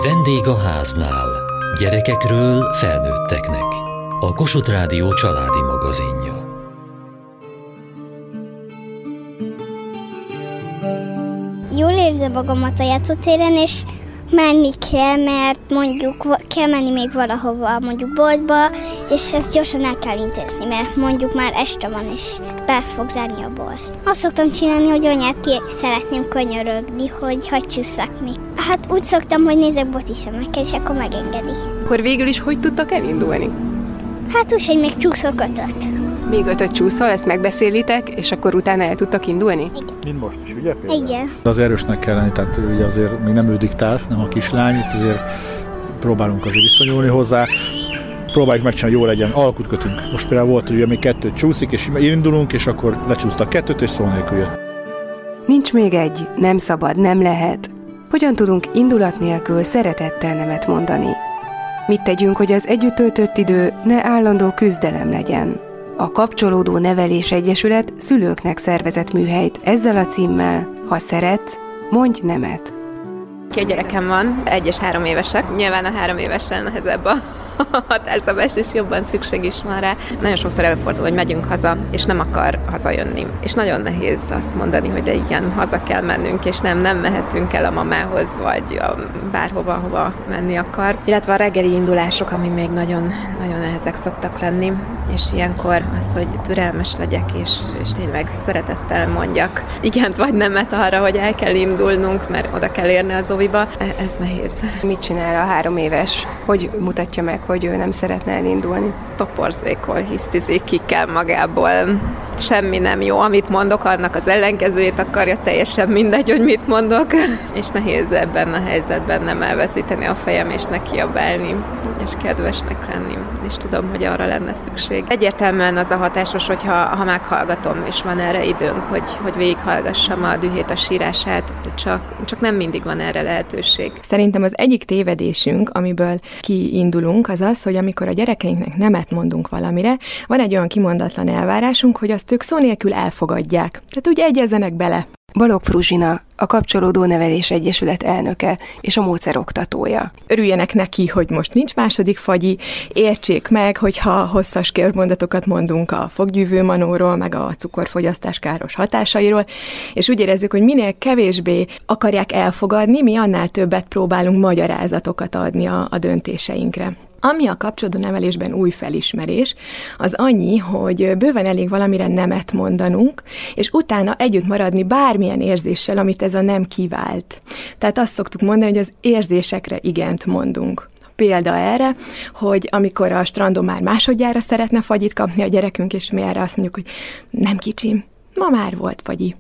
Vendég a háznál. Gyerekekről felnőtteknek. A Kossuth Rádió családi magazinja. Jól érzem magamat a játszótéren, és menni kell, mert mondjuk kell menni még valahova, mondjuk boltba, és ezt gyorsan el kell intézni, mert mondjuk már este van, és be fog zárni a bolt. Azt szoktam csinálni, hogy anyát ki szeretném könyörögni, hogy hadd csússzak még. Hát úgy szoktam, hogy nézek boti szemekkel, és akkor megengedi. Akkor végül is hogy tudtak elindulni? Hát úgy, hogy még csúszok 5-öt. Még 5-öt csúszol, ezt megbeszélitek, és akkor utána el tudtak indulni? Igen. Mind most is, ugye? Például? Igen. Az erősnek kell lenni, tehát ugye azért még nem ő diktál, nem a kislány, itt azért próbálunk azért viszonyulni hozzá. Próbáljuk megcsinálni, hogy jó legyen, alkut kötünk. Most például volt, hogy még 2 csúszik, és indulunk, és akkor lecsúsztak 2, és szó nélkül jött. Nincs még egy, nem szabad, nem lehet. Hogyan tudunk indulat nélkül szeretettel nemet mondani? Mit tegyünk, hogy az együtt töltött idő ne állandó küzdelem legyen? A Kapcsolódó Nevelés Egyesület szülőknek szervezett műhelyt ezzel a címmel: ha szeretsz, mondj nemet. 2 gyerekem van, 1 és 3 évesek. Nyilván a 3 évesen nehezebb a határszabás, és jobban szükség is van rá. Nagyon sokszor előfordul, hogy megyünk haza, és nem akar hazajönni. És nagyon nehéz azt mondani, hogy de igen, haza kell mennünk, és nem mehetünk el a mamához, vagy bárhova, hova menni akar. Illetve a reggeli indulások, ami még nagyon nehezek szoktak lenni, és ilyenkor az, hogy türelmes legyek, és tényleg szeretettel mondjak igent vagy nemet arra, hogy el kell indulnunk, mert oda kell érni az óviba, ez nehéz. Mit csinál a 3 éves? Hogy mutatja meg, hogy ő nem szeretne elindulni? Toporzékol, hisztizik, ki kell magából. Semmi nem jó, amit mondok, annak az ellenkezőjét akarja, teljesen mindegy, hogy mit mondok. És nehéz ebben a helyzetben nem elveszíteni a fejem, és nekiabálni, és kedvesnek lenni. És tudom, hogy arra lenne szükség. Egyértelműen az a hatásos, hogyha meghallgatom, és van erre időnk, hogy végighallgassam a dühét, a sírását, csak nem mindig van erre lehetőség. Szerintem az egyik tévedésünk, amiből kiindulunk, az az, hogy amikor a gyerekeinknek nemet mondunk valamire, van egy olyan kimondatlan elvárásunk, hogy azt ők szó nélkül elfogadják. Tehát úgy egyezzenek bele. Balogh Fruzsina, a Kapcsolódó Nevelés Egyesület elnöke és a módszeroktatója. Örüljenek neki, hogy most nincs második fagyi, értsék meg, hogyha hosszas körmondatokat mondunk a foggyűvő manóról, meg a cukorfogyasztás káros hatásairól, és úgy érezzük, hogy minél kevésbé akarják elfogadni, mi annál többet próbálunk magyarázatokat adni a döntéseinkre. Ami a kapcsolódó nevelésben új felismerés, az annyi, hogy bőven elég valamire nemet mondanunk, és utána együtt maradni bármilyen érzéssel, amit ez a nem kivált. Tehát azt szoktuk mondani, hogy az érzésekre igent mondunk. Példa erre, hogy amikor a strandon már másodjára szeretne fagyit kapni a gyerekünk, és mi erre azt mondjuk, hogy nem kicsim, ma már volt fagyi.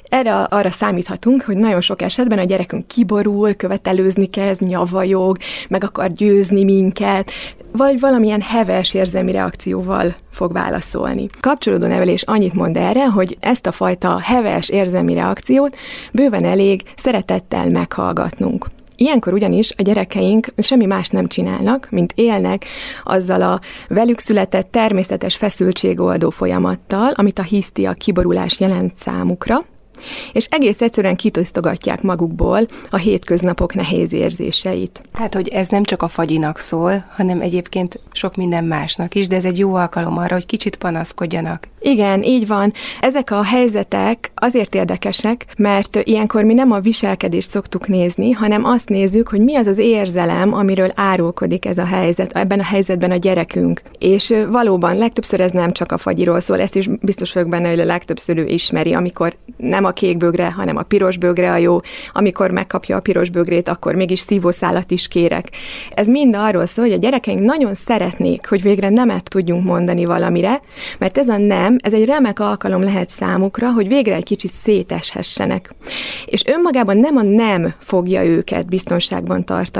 Arra számíthatunk, hogy nagyon sok esetben a gyerekünk kiborul, követelőzni kezd, nyavajog, meg akar győzni minket, vagy valamilyen heves érzelmi reakcióval fog válaszolni. Kapcsolódó nevelés annyit mond erre, hogy ezt a fajta heves érzelmi reakciót bőven elég szeretettel meghallgatnunk. Ilyenkor ugyanis a gyerekeink semmi más nem csinálnak, mint élnek azzal a velük született természetes feszültségoldó folyamattal, amit a hisztia, kiborulás jelent számukra, és egész egyszerűen kitisztogatják magukból a hétköznapok nehéz érzéseit. Tehát, hogy ez nem csak a fagyinak szól, hanem egyébként sok minden másnak is, de ez egy jó alkalom arra, hogy kicsit panaszkodjanak. Igen, így van. Ezek a helyzetek azért érdekesek, mert ilyenkor mi nem a viselkedést szoktuk nézni, hanem azt nézzük, hogy mi az az érzelem, amiről árulkodik ez a helyzet, ebben a helyzetben a gyerekünk. És valóban legtöbbször ez nem csak a fagyiról szól, ezt is biztos vagyok benne, hogy a legtöbb szülő ismeri, amikor nem a kék bögre, hanem a piros bögre a jó, amikor megkapja a piros bögrét, akkor mégis szívószálat is kérek. Ez mind arról szól, hogy a gyerekeink nagyon szeretnék, hogy végre nemet tudjunk mondani valamire, mert ez a nem, ez egy remek alkalom lehet számukra, hogy végre egy kicsit széteshessenek. És önmagában nem a nem fogja őket biztonságban tartani,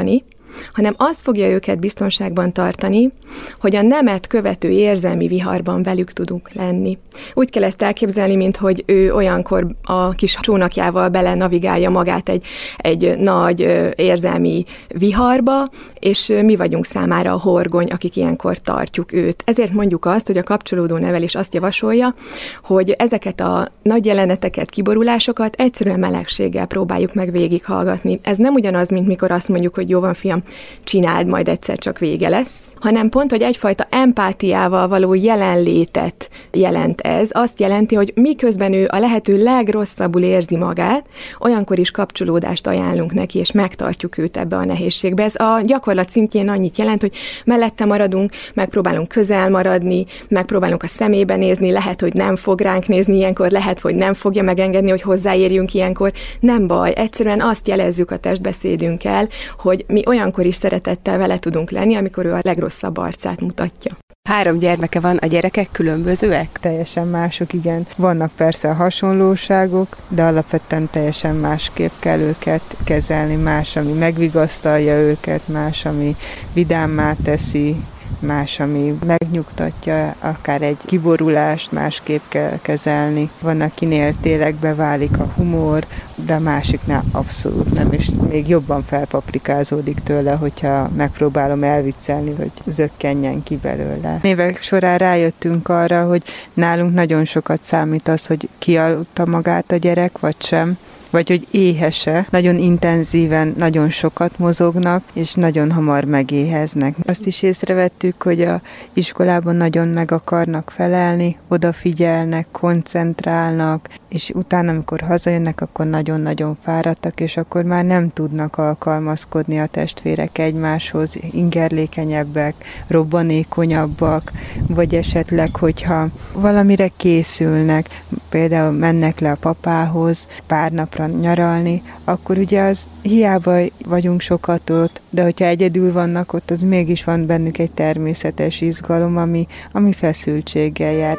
hanem az fogja őket biztonságban tartani, hogy a nemet követő érzelmi viharban velük tudunk lenni. Úgy kell ezt elképzelni, mint hogy ő olyankor a kis csónakjával bele navigálja magát egy nagy érzelmi viharba, és mi vagyunk számára a horgony, akik ilyenkor tartjuk őt. Ezért mondjuk azt, hogy a kapcsolódó nevelés azt javasolja, hogy ezeket a nagy jeleneteket, kiborulásokat egyszerűen melegséggel próbáljuk meg végighallgatni. Ez nem ugyanaz, mint mikor azt mondjuk, hogy jó van, fiam, csináld, majd egyszer csak vége lesz, hanem pont, hogy egyfajta empátiával való jelenlétet jelent ez. Azt jelenti, hogy miközben ő a lehető legrosszabbul érzi magát, olyankor is kapcsolódást ajánlunk neki, és megtartjuk őt ebbe a nehézségbe. Ez a gyakorlat szintjén annyit jelent, hogy mellette maradunk, megpróbálunk közel maradni, megpróbálunk a szemébe nézni, lehet, hogy nem fog ránk nézni ilyenkor, lehet, hogy nem fogja megengedni, hogy hozzáérjünk ilyenkor. Nem baj, egyszerűen azt jelezzük a testbeszédünkkel, hogy mi olyankor is szeretettel vele tudunk lenni, amikor ő a legrosszabb arcát mutatja. 3 gyermeke van, a gyerekek különbözőek? Teljesen mások, igen. Vannak persze a hasonlóságok, de alapvetően teljesen másképp kell őket kezelni. Más, ami megvigasztalja őket, más, ami vidámmá teszi, más, ami megnyugtatja, akár egy kiborulást másképp kell kezelni. Van, akinél tényleg beválik a humor, de a másiknál abszolút nem, és még jobban felpaprikázódik tőle, hogyha megpróbálom elviccelni, hogy zökkenjen ki belőle. Évek során rájöttünk arra, hogy nálunk nagyon sokat számít az, hogy kialudta magát a gyerek, vagy sem, vagy hogy éhese, nagyon intenzíven, nagyon sokat mozognak, és nagyon hamar megéheznek. Azt is észrevettük, hogy a iskolában nagyon meg akarnak felelni, odafigyelnek, koncentrálnak, és utána, amikor hazajönnek, akkor nagyon-nagyon fáradtak, és akkor már nem tudnak alkalmazkodni a testvérek egymáshoz, ingerlékenyebbek, robbanékonyabbak, vagy esetleg, hogyha valamire készülnek, például mennek le a papához pár napra nyaralni, akkor ugye az hiába vagyunk sokat ott, de hogyha egyedül vannak ott, az mégis van bennük egy természetes izgalom, ami feszültséggel jár.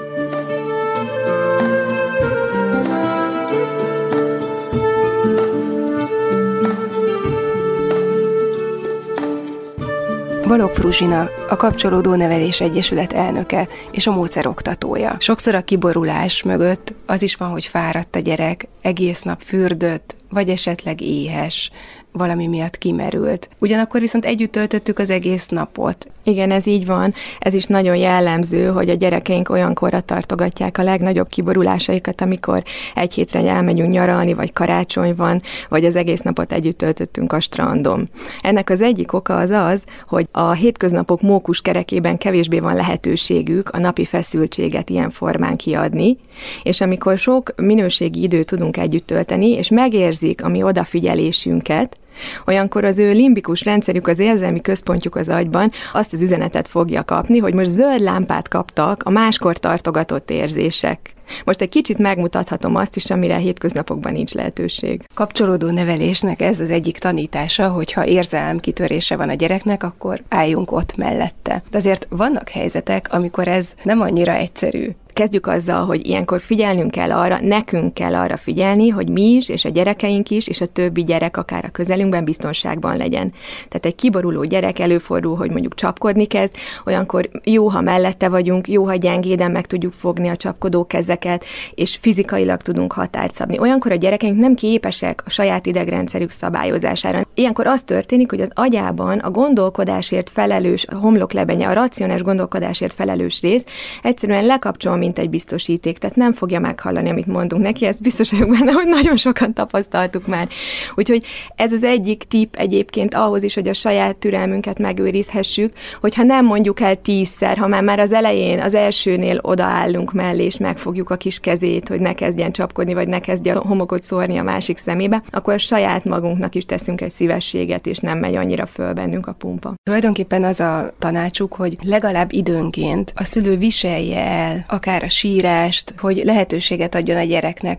Balogh Fruzsina, a Kapcsolódó Nevelés Egyesület elnöke és a módszeroktatója. Sokszor a kiborulás mögött az is van, hogy fáradt a gyerek, egész nap fürdött, vagy esetleg éhes, valami miatt kimerült. Ugyanakkor viszont együtt töltöttük az egész napot. Igen, ez így van. Ez is nagyon jellemző, hogy a gyerekeink olyankorra tartogatják a legnagyobb kiborulásaikat, amikor egy hétre elmegyünk nyaralni, vagy karácsony van, vagy az egész napot együtt töltöttünk a strandon. Ennek az egyik oka az, hogy a hétköznapok mókus kerekében kevésbé van lehetőségük a napi feszültséget ilyen formán kiadni, és amikor sok minőségi időt tudunk együtt tölteni, és megérzik a mi odafigyelésünket, olyankor az ő limbikus rendszerük, az érzelmi központjuk az agyban azt az üzenetet fogja kapni, hogy most zöld lámpát kaptak a máskor tartogatott érzések. Most egy kicsit megmutathatom azt is, amire a hétköznapokban nincs lehetőség. Kapcsolódó nevelésnek ez az egyik tanítása, hogyha érzelemkitörése van a gyereknek, akkor álljunk ott mellette. De azért vannak helyzetek, amikor ez nem annyira egyszerű. Kezdjük azzal, hogy ilyenkor figyelnünk kell arra, nekünk kell arra figyelni, hogy mi is, és a gyerekeink is, és a többi gyerek akár a közelünkben biztonságban legyen. Tehát egy kiboruló gyerek előfordul, hogy mondjuk csapkodni kezd, olyankor jó, ha mellette vagyunk, jó, ha gyengéden meg tudjuk fogni a csapkodó kezeket, és fizikailag tudunk határt szabni. Olyankor a gyerekeink nem képesek a saját idegrendszerük szabályozására. Ilyenkor az történik, hogy az agyában a gondolkodásért felelős, a homloklebenye, a racionális gondolkodásért felelős rész egyszerűen lekapcsol, mint egy biztosíték, tehát nem fogja meghallani, amit mondunk neki, ezt biztos vagyok benne, hogy nagyon sokan tapasztaltuk már. Úgyhogy ez az egyik tipp egyébként ahhoz is, hogy a saját türelmünket megőrizhessük, hogyha nem mondjuk el 10-szer, ha már az elején, az elsőnél odaállunk mellé, és megfogjuk a kis kezét, hogy ne kezdjen csapkodni, vagy ne kezdjen a homokot szórni a másik szemébe, akkor a saját magunknak is teszünk egy szívességet, és nem megy annyira föl bennünk a pumpa. Tulajdonképpen az a tanácsuk, hogy legalább időnként a szülő viselje el akár a sírást, hogy lehetőséget adjon a gyereknek, hogy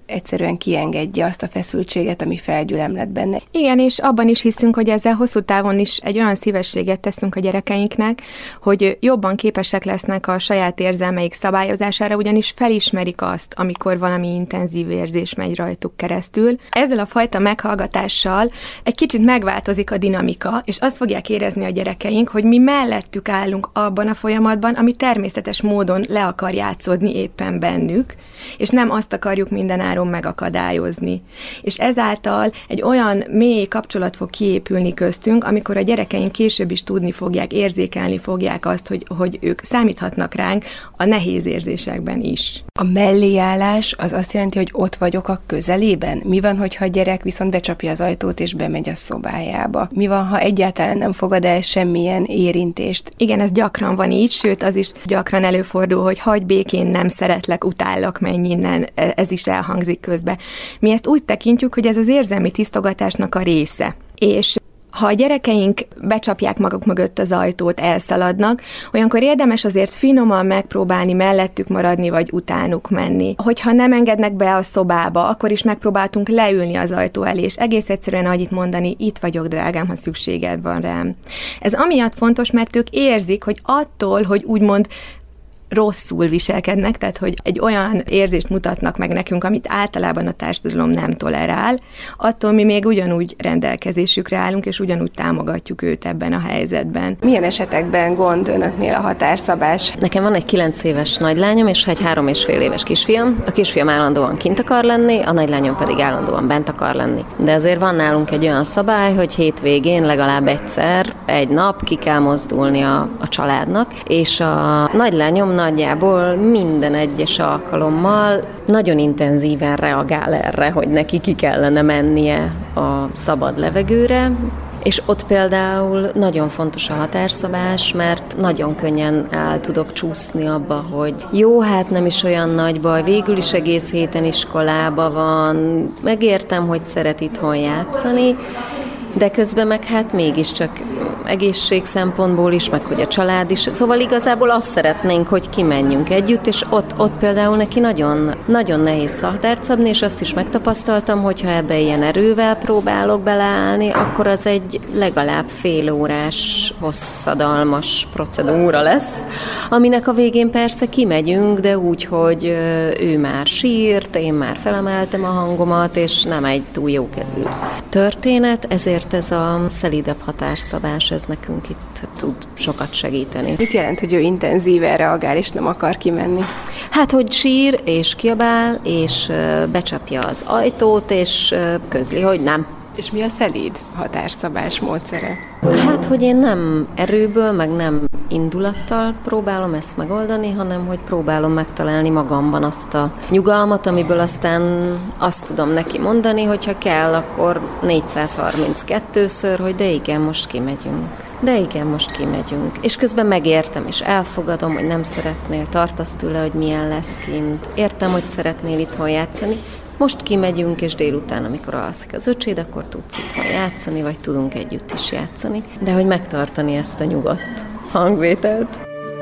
egyszerűen kiengedje azt a feszültséget, ami felgyülemlett benne. Igen, és abban is hiszünk, hogy ezzel hosszú távon is egy olyan szívességet teszünk a gyerekeinknek, hogy jobban képesek lesznek a saját érzelmeik szabályozására, ugyanis felismerik azt, amikor valami intenzív érzés megy rajtuk keresztül. Ezzel a fajta meghallgatással egy kicsit megváltozik a dinamika, és azt fogják érezni a gyerekeink, hogy mi mellettük állunk abban a folyamatban, ami természetes módon le akar játszódni éppen bennük, és nem azt akarjuk mindenáron megakadályozni. És ezáltal egy olyan mély kapcsolat fog kiépülni köztünk, amikor a gyerekeink később is tudni fogják, érzékelni fogják azt, hogy ők számíthatnak ránk a nehéz érzésekben is. A melléállás az azt jelenti, hogy ott vagyok a közelében? Mi van, hogyha a gyerek viszont becsapja az ajtót és bemegy a szobájába? Mi van, ha egyáltalán nem fogad el semmilyen érintést? Igen, ez gyakran van így, sőt az is gyakran előfordul, hogy hagyj békén, nem szeretlek, utállak, menj innen, ez is elhangzik közbe. Mi ezt úgy tekintjük, hogy ez az érzelmi tisztogatásnak a része. És ha a gyerekeink becsapják maguk mögött az ajtót, elszaladnak, olyankor érdemes azért finoman megpróbálni mellettük maradni, vagy utánuk menni. Hogyha nem engednek be a szobába, akkor is megpróbáltunk leülni az ajtó elé, és egész egyszerűen annyit mondani, itt vagyok, drágám, ha szükséged van rám. Ez amiatt fontos, mert ők érzik, hogy attól, hogy úgymond rosszul viselkednek, tehát hogy egy olyan érzést mutatnak meg nekünk, amit általában a társadalom nem tolerál, attól mi még ugyanúgy rendelkezésükre állunk, és ugyanúgy támogatjuk őt ebben a helyzetben. Milyen esetekben gond önöknél a határszabás? Nekem van egy 9 éves nagylányom, és egy 3,5 éves kisfiam. A kisfiam állandóan kint akar lenni, a nagylányom pedig állandóan bent akar lenni. De azért van nálunk egy olyan szabály, hogy hétvégén legalább egyszer, egy nap ki kell mozdulni a családnak, és a nagylányom nagyjából minden egyes alkalommal nagyon intenzíven reagál erre, hogy neki ki kellene mennie a szabad levegőre, és ott például nagyon fontos a határszabás, mert nagyon könnyen el tudok csúszni abba, hogy jó, hát nem is olyan nagy baj, végül is egész héten iskolába van, megértem, hogy szeret itthon játszani, de közben meg hát mégiscsak egészség szempontból is, meg hogy a család is. Szóval igazából azt szeretnénk, hogy kimenjünk együtt, és ott például neki nagyon, nagyon nehéz határt szabni, és azt is megtapasztaltam, hogyha ebbe ilyen erővel próbálok beleállni, akkor az egy legalább fél órás, hosszadalmas procedúra lesz, aminek a végén persze kimegyünk, de úgy, hogy ő már sírt, én már felemeltem a hangomat, és nem egy túl jókedvű történet, ezért ez a szelídebb határszabás, ez nekünk itt tud sokat segíteni. Mit jelent, hogy ő intenzíven reagál, és nem akar kimenni? Hát, hogy sír, és kiabál, és becsapja az ajtót, és közli, hogy nem. És mi a szelíd határszabás módszere? Hát, hogy én nem erőből, meg nem indulattal próbálom ezt megoldani, hanem hogy próbálom megtalálni magamban azt a nyugalmat, amiből aztán azt tudom neki mondani, hogyha kell, akkor 432-ször, hogy de igen, most kimegyünk. De igen, most kimegyünk. És közben megértem, és elfogadom, hogy nem szeretnél, tartasz tőle, hogy milyen lesz kint. Értem, hogy szeretnél itthon játszani. Most kimegyünk, és délután, amikor alszik az öcséd, akkor tudsz itthon játszani, vagy tudunk együtt is játszani. De hogy megtartani ezt a nyugodt hangvételt.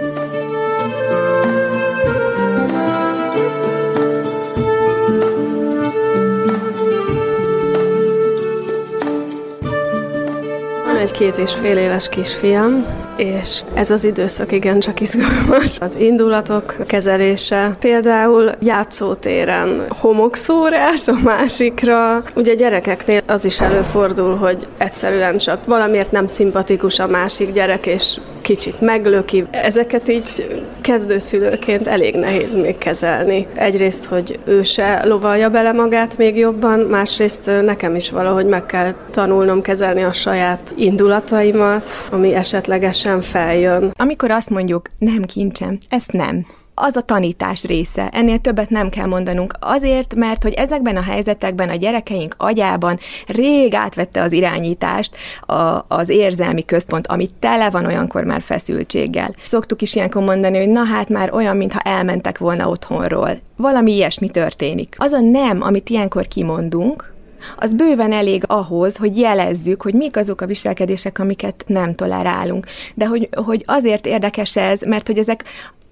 Van egy 2,5 éves kisfiam, és ez az időszak igencsak izgalmas. Az indulatok kezelése, például játszótéren homokszórás a másikra. Ugye gyerekeknél az is előfordul, hogy egyszerűen csak valamiért nem szimpatikus a másik gyerek, és kicsit meglöki. Ezeket így kezdőszülőként elég nehéz még kezelni. Egyrészt, hogy ő se lovalja bele magát még jobban, másrészt nekem is valahogy meg kell tanulnom kezelni a saját indulataimat, ami esetlegesen feljön. Amikor azt mondjuk, nem kincsem, ezt nem. Az a tanítás része. Ennél többet nem kell mondanunk. Azért, mert hogy ezekben a helyzetekben a gyerekeink agyában rég átvette az irányítást az érzelmi központ, ami tele van olyankor már feszültséggel. Szoktuk is ilyenkor mondani, hogy na hát már olyan, mintha elmentek volna otthonról. Valami ilyesmi történik. Az a nem, amit ilyenkor kimondunk, az bőven elég ahhoz, hogy jelezzük, hogy mik azok a viselkedések, amiket nem tolerálunk. De hogy azért érdekes ez, mert hogy ezek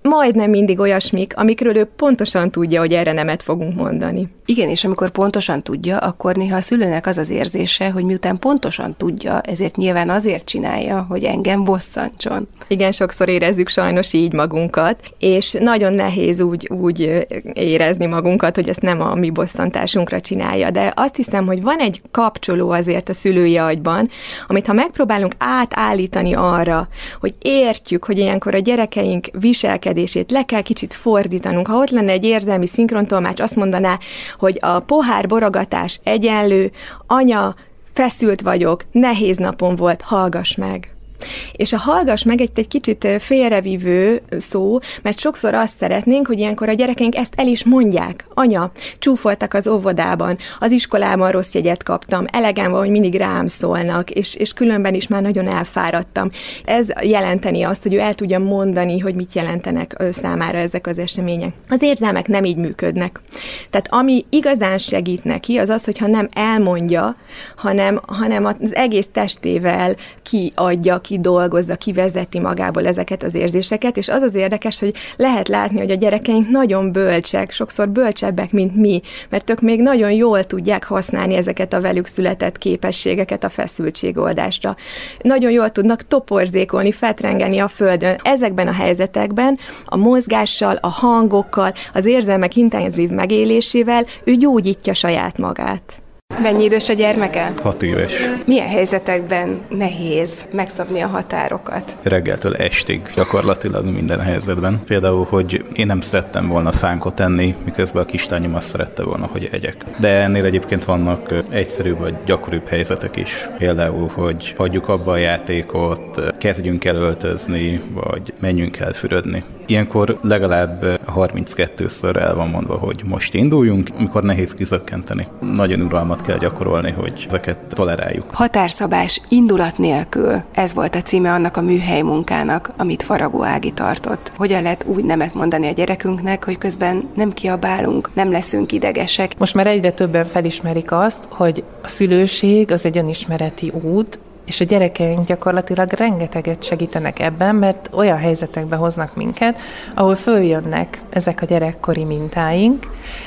majdnem mindig olyasmik, amikről ő pontosan tudja, hogy erre nemet fogunk mondani. Igen, és amikor pontosan tudja, akkor néha a szülőnek az az érzése, hogy miután pontosan tudja, ezért nyilván azért csinálja, hogy engem bosszantson. Igen, sokszor érezzük sajnos így magunkat, és nagyon nehéz úgy érezni magunkat, hogy ezt nem a mi bosszantásunkra csinálja. De azt hiszem, hogy van egy kapcsoló azért a szülői agyban, amit ha megpróbálunk átállítani arra, hogy értjük, hogy ilyenkor a gyerekeink viselkedését le kell kicsit fordítanunk. Ha ott lenne egy érzelmi szinkrontolmács, azt mondaná, hogy a pohár borogatás egyenlő, anya, feszült vagyok, nehéz napom volt, hallgass meg. És a hallgass meg egy kicsit félrevívő szó, mert sokszor azt szeretnénk, hogy ilyenkor a gyerekeink ezt el is mondják. Anya, csúfoltak az óvodában, az iskolában rossz jegyet kaptam, elegem van, hogy mindig rám szólnak, és különben is már nagyon elfáradtam. Ez jelenteni azt, hogy ő el tudja mondani, hogy mit jelentenek számára ezek az események. Az érzelmek nem így működnek. Tehát ami igazán segít neki, az az, hogyha nem elmondja, hanem az egész testével kiadja, kidolgozza, kivezeti magából ezeket az érzéseket, és az az érdekes, hogy lehet látni, hogy a gyerekeink nagyon bölcsek, sokszor bölcsebbek, mint mi, mert ők még nagyon jól tudják használni ezeket a velük született képességeket a feszültségoldásra. Nagyon jól tudnak toporzékolni, fetrengeni a földön. Ezekben a helyzetekben a mozgással, a hangokkal, az érzelmek intenzív megélésével ő gyógyítja saját magát. Mennyi idős a gyermeke? 6 éves. Milyen helyzetekben nehéz megszabni a határokat? Reggeltől estig gyakorlatilag minden helyzetben. Például, hogy én nem szerettem volna fánkot enni, miközben a kislányom azt szerette volna, hogy egyek. De ennél egyébként vannak egyszerűbb vagy gyakoribb helyzetek is. Például, hogy hagyjuk abba a játékot, kezdjünk el öltözni, vagy menjünk el fürödni. Ilyenkor legalább 32-ször el van mondva, hogy most induljunk, amikor nehéz kizökkenteni. Nagyon uralmat kell gyakorolni, hogy ezeket toleráljuk. Határszabás indulat nélkül. Ez volt a címe annak a műhely munkának, amit Faragó Ági tartott. Hogyan lehet úgy nemet mondani a gyerekünknek, hogy közben nem kiabálunk, nem leszünk idegesek. Most már egyre többen felismerik azt, hogy a szülőség az egy önismereti út, és a gyerekeink gyakorlatilag rengeteget segítenek ebben, mert olyan helyzetekbe hoznak minket, ahol följönnek ezek a gyerekkori mintáink,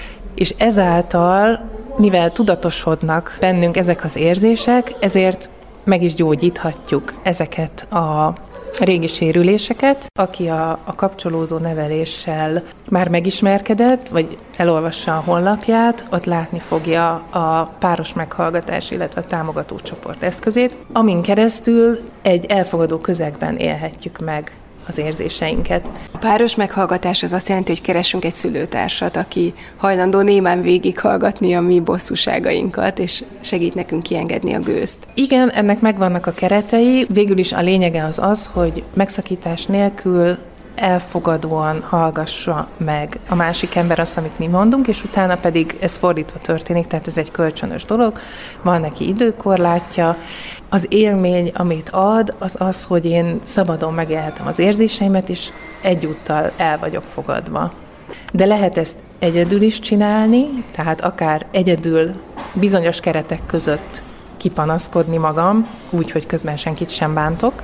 és ezáltal, mivel tudatosodnak bennünk ezek az érzések, ezért meg is gyógyíthatjuk ezeket a régi sérüléseket. Aki a kapcsolódó neveléssel már megismerkedett, vagy elolvassa a honlapját, ott látni fogja a páros meghallgatás, illetve a támogató csoport eszközét, amin keresztül egy elfogadó közegben élhetjük meg az érzéseinket. A páros meghallgatás az azt jelenti, hogy keresünk egy szülőtársat, aki hajlandó némán végighallgatni a mi bosszúságainkat, és segít nekünk kiengedni a gőzt. Igen, ennek megvannak a keretei. Végül is a lényege az, hogy megszakítás nélkül elfogadóan hallgassa meg a másik ember azt, amit mi mondunk, és utána pedig ez fordítva történik, tehát ez egy kölcsönös dolog, van neki időkorlátja. Az élmény, amit ad, az az, hogy én szabadon megélhetem az érzéseimet, és egyúttal el vagyok fogadva. De lehet ezt egyedül is csinálni, tehát akár egyedül bizonyos keretek között kipanaszkodni magam, úgy, hogy közben senkit sem bántok,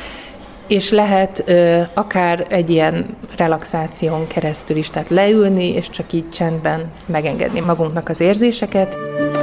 és lehet akár egy ilyen relaxáción keresztül is, tehát leülni, és csak így csendben megengedni magunknak az érzéseket.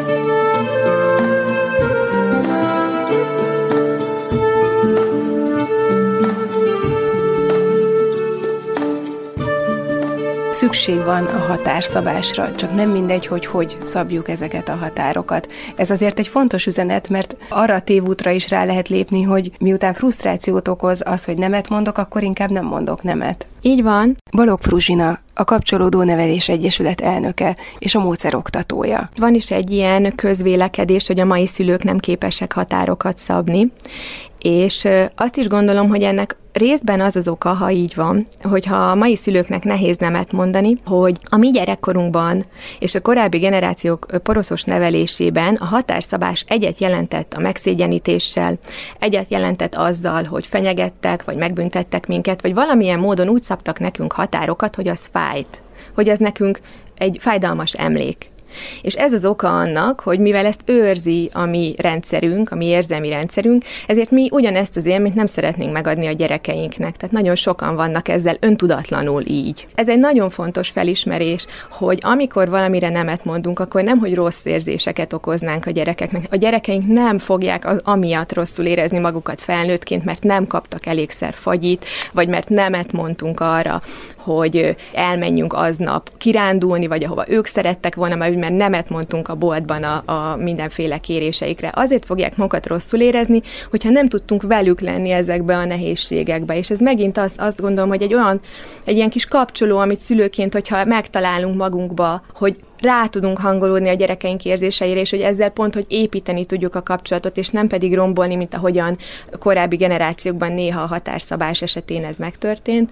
Szükség van a határszabásra, csak nem mindegy, hogy szabjuk ezeket a határokat. Ez azért egy fontos üzenet, mert arra a tévútra is rá lehet lépni, hogy miután frusztrációt okoz az, hogy nemet mondok, akkor inkább nem mondok nemet. Így van. Balogh Fruzsina, a Kapcsolódó Nevelés Egyesület elnöke és a módszeroktatója. Van is egy ilyen közvélekedés, hogy a mai szülők nem képesek határokat szabni, és azt is gondolom, hogy ennek részben az az oka, ha így van, hogyha a mai szülőknek nehéz nemet mondani, hogy a mi gyerekkorunkban és a korábbi generációk poroszos nevelésében a határszabás egyet jelentett a megszégyenítéssel, egyet jelentett azzal, hogy fenyegettek, vagy megbüntettek minket, vagy valamilyen módon úgy szabtak nekünk határokat, hogy az fájt, hogy az nekünk egy fájdalmas emlék. És ez az oka annak, hogy mivel ezt őrzi a mi rendszerünk, a mi érzelmi rendszerünk, ezért mi ugyanezt az élményt nem szeretnénk megadni a gyerekeinknek. Tehát nagyon sokan vannak ezzel öntudatlanul így. Ez egy nagyon fontos felismerés, hogy amikor valamire nemet mondunk, akkor nem, hogy rossz érzéseket okoznánk a gyerekeknek. A gyerekeink nem fogják amiatt rosszul érezni magukat felnőttként, mert nem kaptak elégszer fagyit, vagy mert nemet mondtunk arra, hogy elmenjünk aznap kirándulni, vagy ahova ők szerettek volna, mert nemet mondtunk a boltban a mindenféle kéréseikre. Azért fogják magukat rosszul érezni, hogyha nem tudtunk velük lenni ezekbe a nehézségekbe. És ez megint azt gondolom, hogy egy ilyen kis kapcsoló, amit szülőként, hogyha megtalálunk magunkba, hogy rá tudunk hangolódni a gyerekeink érzéseire, és hogy ezzel pont, hogy építeni tudjuk a kapcsolatot, és nem pedig rombolni, mint ahogyan korábbi generációkban néha a határszabás esetén ez megtörtént,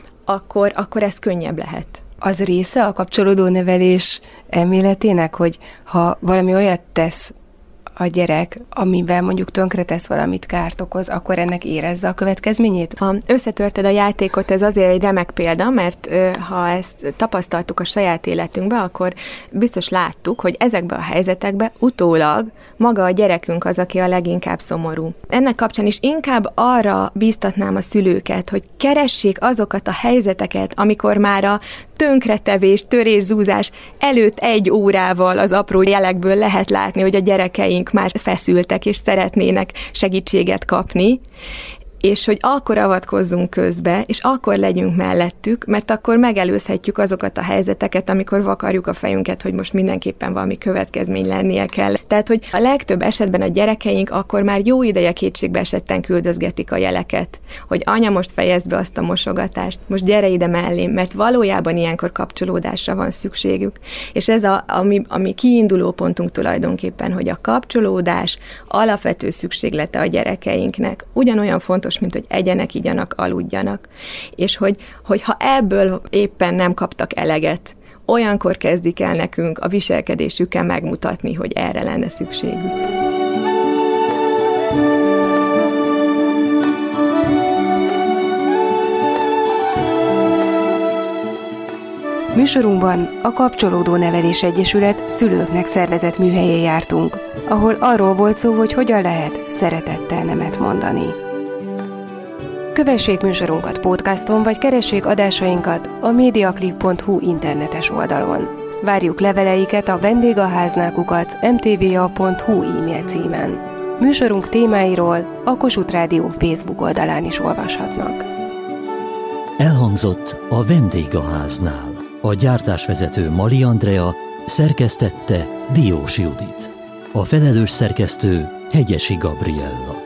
akkor ez könnyebb lehet. Az része a kapcsolódó nevelés elméletének, hogy ha valami olyat tesz a gyerek, amivel mondjuk tönkretesz valamit, kárt okoz, akkor ennek érezze a következményét? Ha összetörted a játékot, ez azért egy remek példa, mert ha ezt tapasztaltuk a saját életünkben, akkor biztos láttuk, hogy ezekben a helyzetekben utólag maga a gyerekünk az, aki a leginkább szomorú. Ennek kapcsán is inkább arra bíztatnám a szülőket, hogy keressék azokat a helyzeteket, amikor már a tönkretevés, törés, zúzás előtt 1 órával az apró jelekből lehet látni, hogy a gyerekeink már feszültek, és szeretnének segítséget kapni, és hogy akkor avatkozzunk közbe, és akkor legyünk mellettük, mert akkor megelőzhetjük azokat a helyzeteket, amikor vakarjuk a fejünket, hogy most mindenképpen valami következmény lennie kell. Tehát, hogy a legtöbb esetben a gyerekeink akkor már jó ideje kétségbe esetten küldözgetik a jeleket, hogy anya, most fejezd be azt a mosogatást, most gyere ide mellém, mert valójában ilyenkor kapcsolódásra van szükségük. És ez ami kiinduló pontunk tulajdonképpen, hogy a kapcsolódás alapvető szükséglete a gyerekeinknek ugyanolyan fontos, mint hogy egyenek, igyanak, aludjanak. És hogy ha ebből éppen nem kaptak eleget, olyankor kezdik el nekünk a viselkedésükkel megmutatni, hogy erre lenne szükségük. Műsorunkban a Kapcsolódó Nevelés Egyesület szülőknek szervezett műhelyén jártunk, ahol arról volt szó, hogy hogyan lehet szeretettel nemet mondani. Kövessék műsorunkat podcaston, vagy keressék adásainkat a mediaclick.hu internetes oldalon. Várjuk leveleiket a vendégháznál@mtva.hu e-mail címen. Műsorunk témáiról a Kossuth Rádió Facebook oldalán is olvashatnak. Elhangzott a Vendégháznál. A gyártásvezető Mali Andrea, szerkesztette Diós Judit. A felelős szerkesztő Hegyesi Gabriella.